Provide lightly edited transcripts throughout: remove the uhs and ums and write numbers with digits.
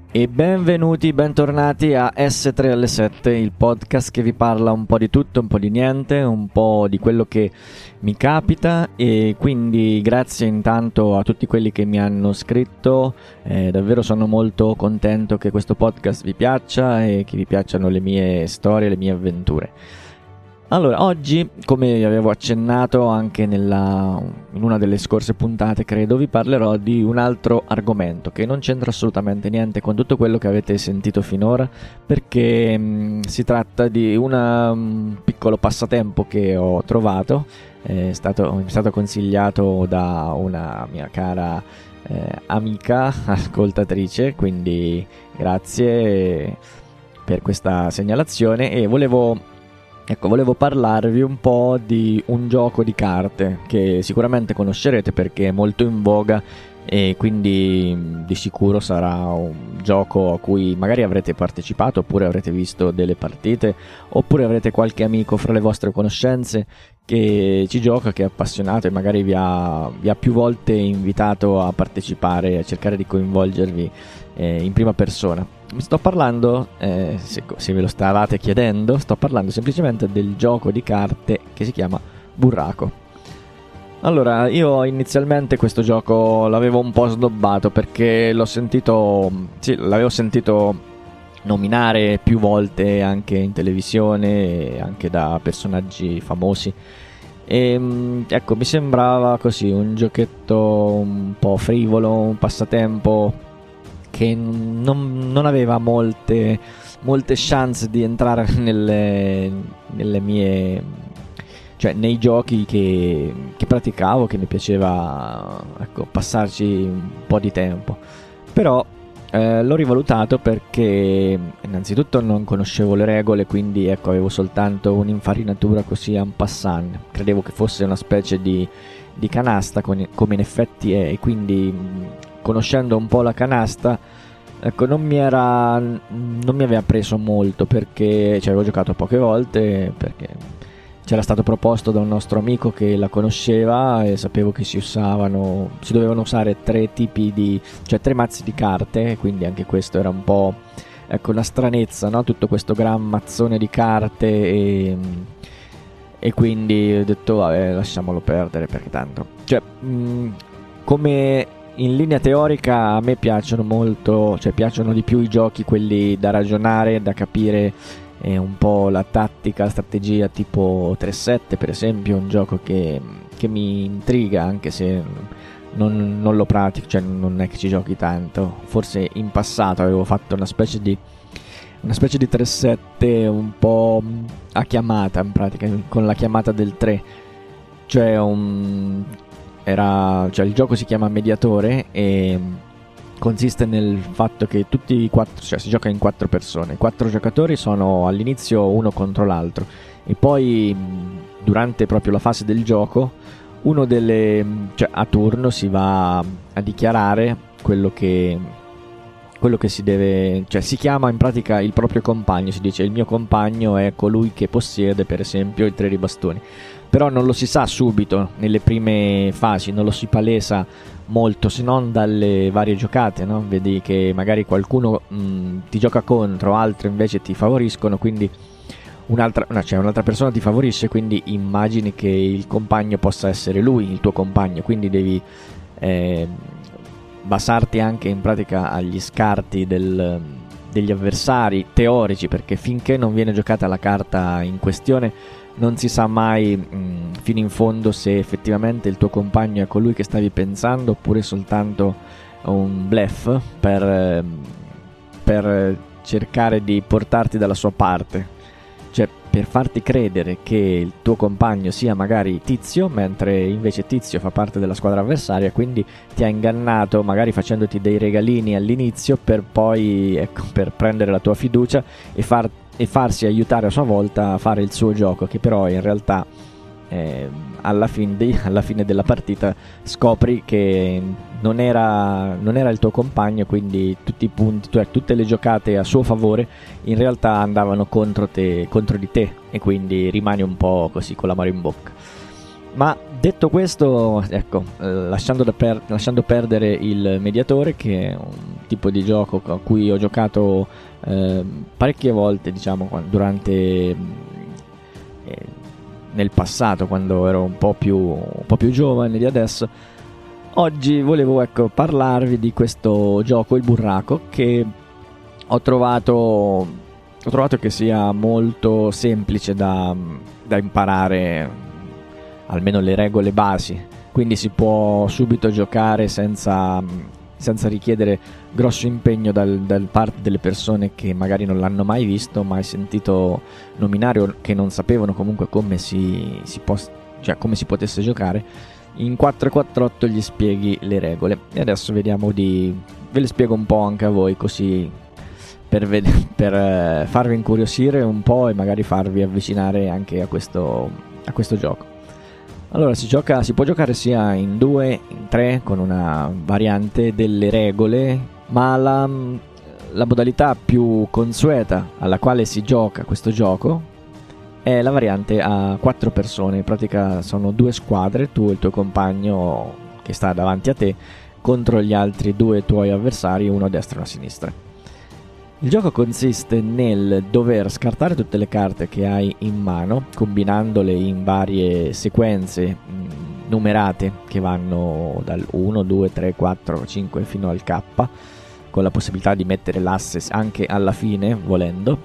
E benvenuti, bentornati a S3 alle 7, il podcast che vi parla un po' di tutto, un po' di niente, un po' di quello che mi capita. E quindi grazie intanto a tutti quelli che mi hanno scritto, davvero sono molto contento che questo podcast vi piaccia e che vi piacciono le mie storie, le mie avventure. Allora, oggi, come vi avevo accennato anche in una delle scorse puntate, credo, vi parlerò di un altro argomento che non c'entra assolutamente niente con tutto quello che avete sentito finora, perché si tratta di un piccolo passatempo che ho trovato, mi è stato consigliato da una mia cara amica ascoltatrice, quindi grazie per questa segnalazione. E volevo parlarvi un po' di un gioco di carte che sicuramente conoscerete perché è molto in voga e quindi di sicuro sarà un gioco a cui magari avrete partecipato, oppure avrete visto delle partite, oppure avrete qualche amico fra le vostre conoscenze che ci gioca, che è appassionato e magari vi ha più volte invitato a partecipare, a cercare di coinvolgervi in prima persona. Mi sto parlando, se ve lo stavate chiedendo, sto parlando semplicemente del gioco di carte che si chiama Burraco. Allora, io inizialmente questo gioco l'avevo un po' sdobbato perché l'avevo sentito nominare più volte anche in televisione e anche da personaggi famosi. E ecco, mi sembrava così un giochetto un po' frivolo, un passatempo che non aveva molte chance di entrare nelle mie, cioè nei giochi che praticavo, che mi piaceva, ecco, passarci un po' di tempo. Però l'ho rivalutato perché innanzitutto non conoscevo le regole, quindi ecco, avevo soltanto un'infarinatura così en passant. Credevo che fosse una specie di canasta come in effetti è, e quindi conoscendo un po' la canasta, ecco, non mi aveva preso molto perché ci avevo giocato poche volte, perché c'era stato proposto da un nostro amico che la conosceva e sapevo che si dovevano usare tre mazzi di carte, quindi anche questo era un po', ecco, una stranezza, no? Tutto questo gran mazzone di carte e quindi ho detto vabbè, lasciamolo perdere, perché tanto, cioè, come in linea teorica a me piacciono molto, cioè piacciono di più i giochi quelli da ragionare, da capire un po' la tattica, la strategia, tipo 3-7 per esempio, un gioco che mi intriga anche se non lo pratico, cioè non è che ci giochi tanto. Forse in passato avevo fatto una specie di 3-7 un po' a chiamata, in pratica, con la chiamata del 3, cioè il gioco si chiama Mediatore e consiste nel fatto che tutti i 4, cioè si gioca in 4 persone, 4 giocatori sono all'inizio uno contro l'altro e poi durante proprio la fase del gioco a turno si va a dichiarare quello che si deve, cioè si chiama in pratica il proprio compagno, si dice il mio compagno è colui che possiede per esempio il 3 di bastoni. Però non lo si sa subito nelle prime fasi, non lo si palesa molto, se non dalle varie giocate, no? Vedi che magari qualcuno ti gioca contro, altri invece ti favoriscono, quindi un'altra persona ti favorisce, quindi immagini che il compagno possa essere lui, il tuo compagno, quindi devi basarti anche in pratica agli scarti degli avversari teorici, perché finché non viene giocata la carta in questione non si sa mai fino in fondo se effettivamente il tuo compagno è colui che stavi pensando oppure soltanto un bluff per cercare di portarti dalla sua parte, cioè per farti credere che il tuo compagno sia magari Tizio, mentre invece Tizio fa parte della squadra avversaria, quindi ti ha ingannato magari facendoti dei regalini all'inizio per poi, ecco, per prendere la tua fiducia e farsi aiutare a sua volta a fare il suo gioco, che però in realtà alla fine della partita scopri che non era il tuo compagno, quindi tutti i punti, tutte le giocate a suo favore in realtà andavano contro di te, e quindi rimani un po' così con l'amaro in bocca. Ma detto questo, ecco, lasciando perdere il mediatore, che è tipo di gioco a cui ho giocato parecchie volte, diciamo, durante nel passato, quando ero un po' più giovane di adesso. Oggi volevo parlarvi di questo gioco, il burraco, che ho trovato che sia molto semplice da imparare, almeno le regole basi, quindi si può subito giocare senza richiedere grosso impegno dal parte delle persone che magari non l'hanno mai visto, mai sentito nominare, o che non sapevano comunque come come si potesse giocare. In 448 gli spieghi le regole, e adesso vediamo ve le spiego un po' anche a voi, così per farvi incuriosire un po' e magari farvi avvicinare anche a questo gioco. Allora, si può giocare sia in 2, in 3, con una variante delle regole, ma la modalità più consueta alla quale si gioca questo gioco è la variante a 4 persone. In pratica sono 2 squadre, tu e il tuo compagno che sta davanti a te, contro gli altri 2 tuoi avversari, uno a destra e uno a sinistra. Il gioco consiste nel dover scartare tutte le carte che hai in mano, combinandole in varie sequenze numerate che vanno dal 1, 2, 3, 4, 5 fino al K, con la possibilità di mettere l'asse anche alla fine, volendo,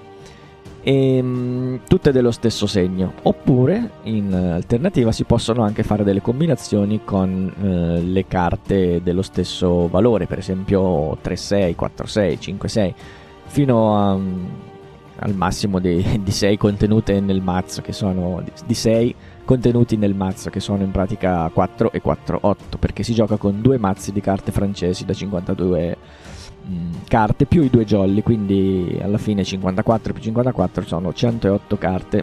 e tutte dello stesso segno. Oppure, in alternativa, si possono anche fare delle combinazioni con le carte dello stesso valore, per esempio 3-6, 4-6, 5-6, fino al massimo di 6 contenute nel mazzo, che sono di 6 contenuti nel mazzo, che sono in pratica 4 e 4, 8, perché si gioca con 2 mazzi di carte francesi da 52 carte più i 2 jolly, quindi alla fine 54 più 54 sono 108 carte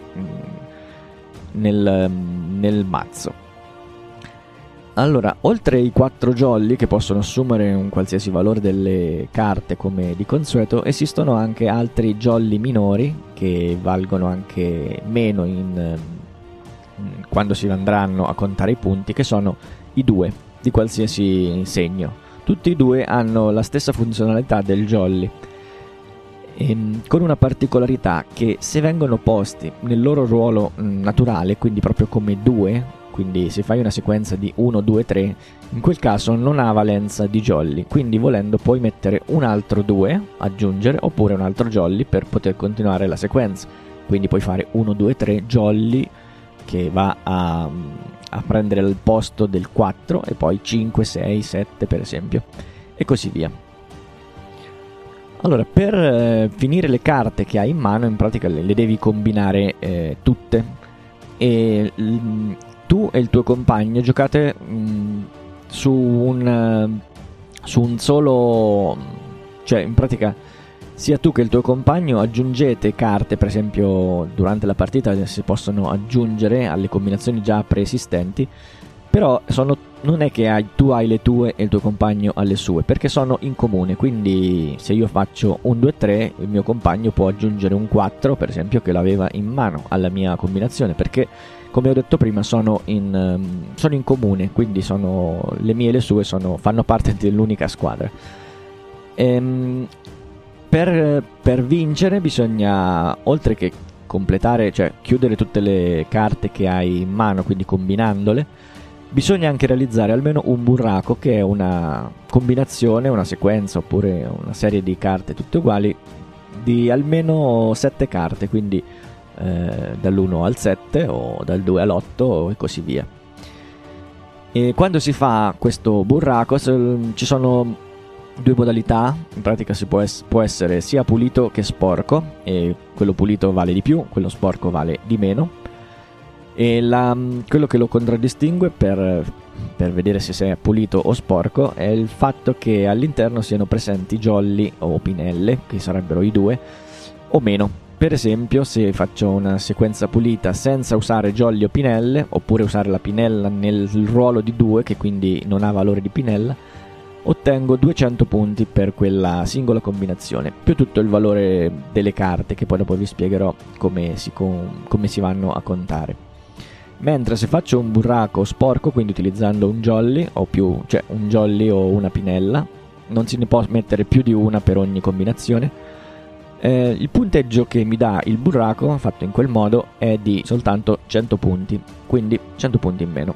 nel mazzo. Allora, oltre i 4 jolly, che possono assumere un qualsiasi valore delle carte come di consueto, esistono anche altri jolly minori che valgono anche meno quando si andranno a contare i punti, che sono i 2 di qualsiasi segno. Tutti e 2 hanno la stessa funzionalità del jolly, con una particolarità: che se vengono posti nel loro ruolo naturale, quindi proprio come 2, quindi se fai una sequenza di 1, 2, 3, in quel caso non ha valenza di jolly, quindi volendo puoi mettere un altro 2, aggiungere, oppure un altro jolly per poter continuare la sequenza. Quindi puoi fare 1, 2, 3 jolly, che va a prendere il posto del 4, e poi 5, 6, 7 per esempio, e così via. Allora, per finire le carte che hai in mano, in pratica le devi combinare tutte, e tu e il tuo compagno giocate su un solo, cioè in pratica sia tu che il tuo compagno aggiungete carte. Per esempio, durante la partita si possono aggiungere alle combinazioni già preesistenti, però non è che tu hai le tue e il tuo compagno ha le sue, perché sono in comune. Quindi se io faccio un 2-3, il mio compagno può aggiungere un 4, per esempio, che l'aveva in mano alla mia combinazione, perché, come ho detto prima, sono in comune, quindi le mie e le sue fanno parte dell'unica squadra. Per vincere bisogna, oltre che completare, cioè chiudere tutte le carte che hai in mano, quindi combinandole, bisogna anche realizzare almeno un burraco, che è una combinazione, una sequenza oppure una serie di carte tutte uguali di almeno 7 carte, quindi dall'1 al 7 o dal 2 all'8 e così via. E quando si fa questo burraco ci sono 2 modalità. In pratica può essere sia pulito che sporco, e quello pulito vale di più, quello sporco vale di meno. E quello che lo contraddistingue, per vedere se è pulito o sporco, è il fatto che all'interno siano presenti jolly o pinelle, che sarebbero i 2, o meno. Per esempio, se faccio una sequenza pulita senza usare jolly o pinelle, oppure usare la pinella nel ruolo di 2, che quindi non ha valore di pinella, ottengo 200 punti per quella singola combinazione, più tutto il valore delle carte, che poi dopo vi spiegherò come si vanno a contare. Mentre se faccio un burraco sporco, quindi utilizzando un jolly o più, cioè un jolly o una pinella, non se ne può mettere più di una per ogni combinazione. Il punteggio che mi dà il burraco fatto in quel modo è di soltanto 100 punti, quindi 100 punti in meno.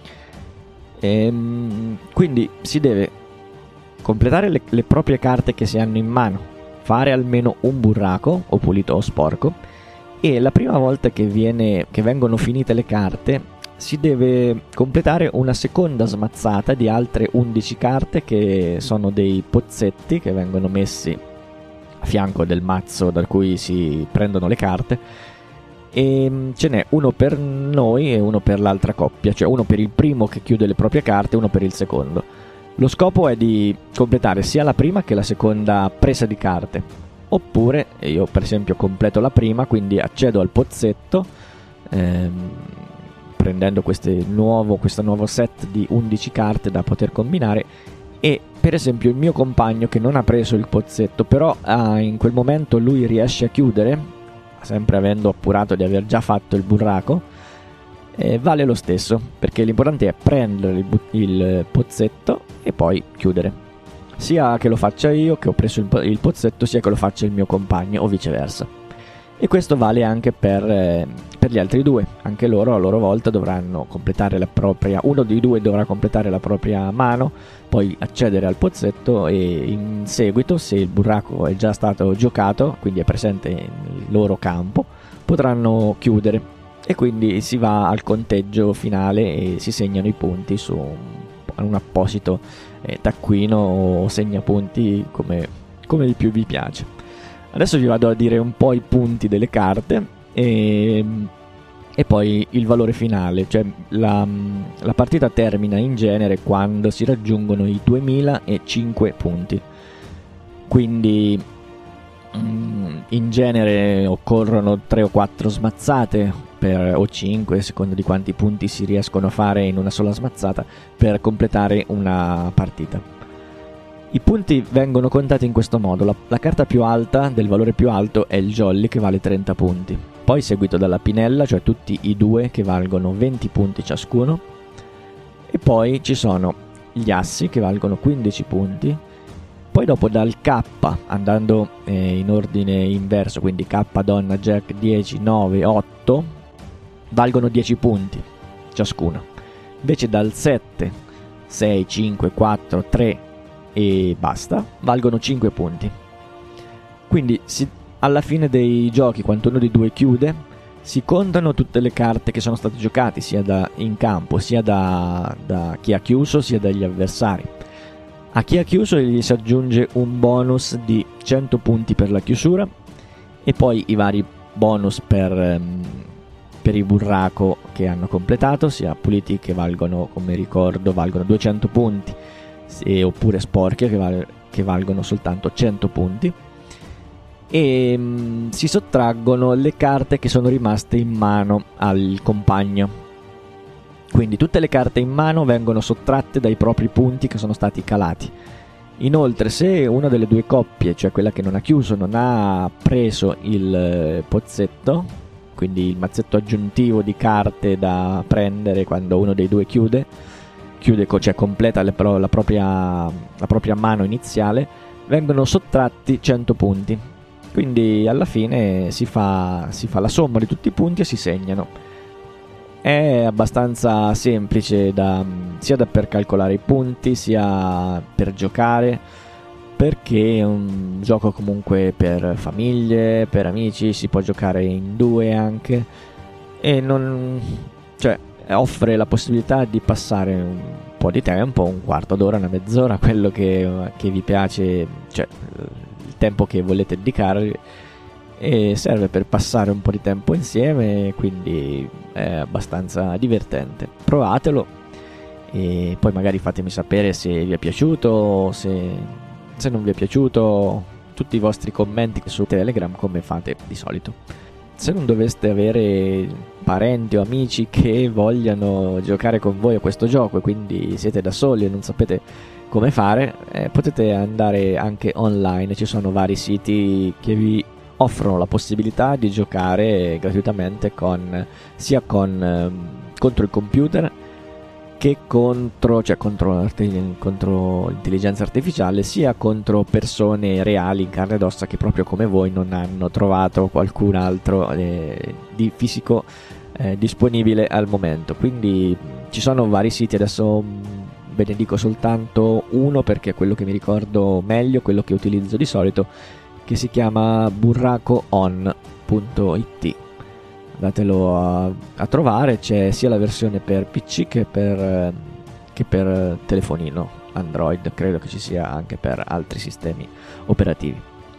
Quindi si deve completare le proprie carte che si hanno in mano, fare almeno un burraco, o pulito o sporco, e la prima volta che vengono finite le carte si deve completare una seconda smazzata di altre 11 carte, che sono dei pozzetti che vengono messi a fianco del mazzo da cui si prendono le carte, e ce n'è uno per noi e uno per l'altra coppia, cioè uno per il primo che chiude le proprie carte e uno per il secondo. Lo scopo è di completare sia la prima che la seconda presa di carte, oppure io per esempio completo la prima, quindi accedo al pozzetto prendendo questo nuovo set di 11 carte da poter combinare, e per esempio il mio compagno che non ha preso il pozzetto, però in quel momento lui riesce a chiudere, sempre avendo appurato di aver già fatto il burraco, vale lo stesso, perché l'importante è prendere il pozzetto e poi chiudere, sia che lo faccia io che ho preso il pozzetto, sia che lo faccia il mio compagno o viceversa. E questo vale anche per gli altri due, anche loro a loro volta dovranno completare uno dei due dovrà completare la propria mano, poi accedere al pozzetto, e in seguito, se il burraco è già stato giocato, quindi è presente nel loro campo, potranno chiudere, e quindi si va al conteggio finale e si segnano i punti su un apposito taccuino o segnapunti, come più vi piace. Adesso vi vado a dire un po' i punti delle carte e poi il valore finale, cioè la partita termina in genere quando si raggiungono i 2005 punti, quindi in genere occorrono 3 o 4 smazzate o 5, a seconda di quanti punti si riescono a fare in una sola smazzata, per completare una partita. I punti vengono contati in questo modo: la carta più alta, del valore più alto, è il jolly, che vale 30 punti, poi seguito dalla pinella, cioè tutti i due, che valgono 20 punti ciascuno, e poi ci sono gli assi, che valgono 15 punti, poi dopo dal K, andando in ordine inverso, quindi K, donna, Jack, 10, 9, 8, valgono 10 punti ciascuno, invece dal 7, 6, 5, 4, 3 e basta, valgono 5 punti. Quindi alla fine dei giochi, quando uno dei due chiude, si contano tutte le carte che sono state giocate, sia in campo, sia da chi ha chiuso, sia dagli avversari. A chi ha chiuso gli si aggiunge un bonus di 100 punti per la chiusura, e poi i vari bonus per i burraco che hanno completato, sia puliti, che valgono, come ricordo, valgono 200 punti, oppure sporchi, che valgono soltanto 100 punti, e si sottraggono le carte che sono rimaste in mano al compagno. Quindi tutte le carte in mano vengono sottratte dai propri punti che sono stati calati. Inoltre, se una delle due coppie, cioè quella che non ha chiuso, non ha preso il pozzetto, quindi il mazzetto aggiuntivo di carte da prendere quando uno dei due chiude, cioè completa la propria mano iniziale, vengono sottratti 100 punti. Quindi alla fine si fa la somma di tutti i punti e si segnano. È abbastanza semplice sia per calcolare i punti, sia per giocare, perché è un gioco comunque per famiglie, per amici, si può giocare in due anche, e offre la possibilità di passare un po' di tempo, un quarto d'ora, una mezz'ora, quello che vi piace, cioè il tempo che volete dedicare, e serve per passare un po' di tempo insieme, quindi è abbastanza divertente. Provatelo e poi magari fatemi sapere se vi è piaciuto, se non vi è piaciuto, tutti i vostri commenti su Telegram, come fate di solito. Se non doveste avere parenti o amici che vogliano giocare con voi a questo gioco, e quindi siete da soli e non sapete come fare, potete andare anche online. Ci sono vari siti che vi offrono la possibilità di giocare gratuitamente contro il computer, che contro l'intelligenza artificiale, sia contro persone reali in carne ed ossa che proprio come voi non hanno trovato qualcun altro di fisico disponibile al momento. Quindi ci sono vari siti, adesso ve ne dico soltanto uno perché è quello che mi ricordo meglio, quello che utilizzo di solito, che si chiama burracoon.it. Andatelo a trovare, c'è sia la versione per PC che per telefonino Android, credo che ci sia anche per altri sistemi operativi.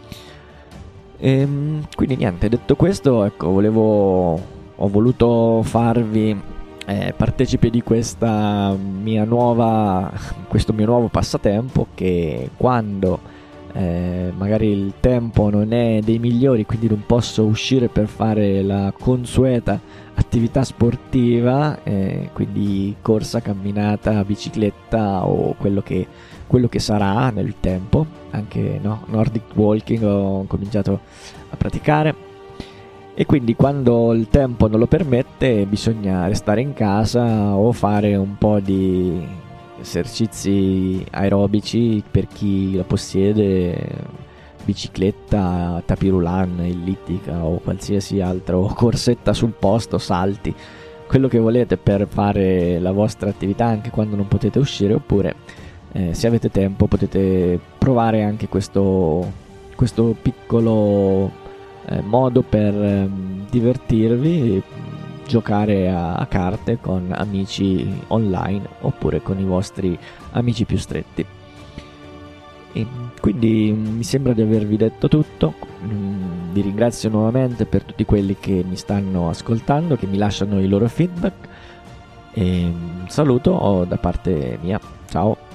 Quindi niente, detto questo, ecco, ho voluto farvi partecipi di questo mio nuovo passatempo, che quando magari il tempo non è dei migliori, quindi non posso uscire per fare la consueta attività sportiva, quindi corsa, camminata, bicicletta o quello che sarà nel tempo, anche Nordic Walking ho cominciato a praticare, e quindi quando il tempo non lo permette bisogna restare in casa o fare un po' di esercizi aerobici per chi la possiede, bicicletta, tapirulan, ellittica o qualsiasi altro, corsetta sul posto, salti, quello che volete per fare la vostra attività anche quando non potete uscire, oppure se avete tempo potete provare anche questo piccolo modo per divertirvi, giocare a carte con amici online oppure con i vostri amici più stretti. E quindi mi sembra di avervi detto tutto. Vi ringrazio nuovamente per tutti quelli che mi stanno ascoltando, che mi lasciano i loro feedback, e un saluto da parte mia. Ciao.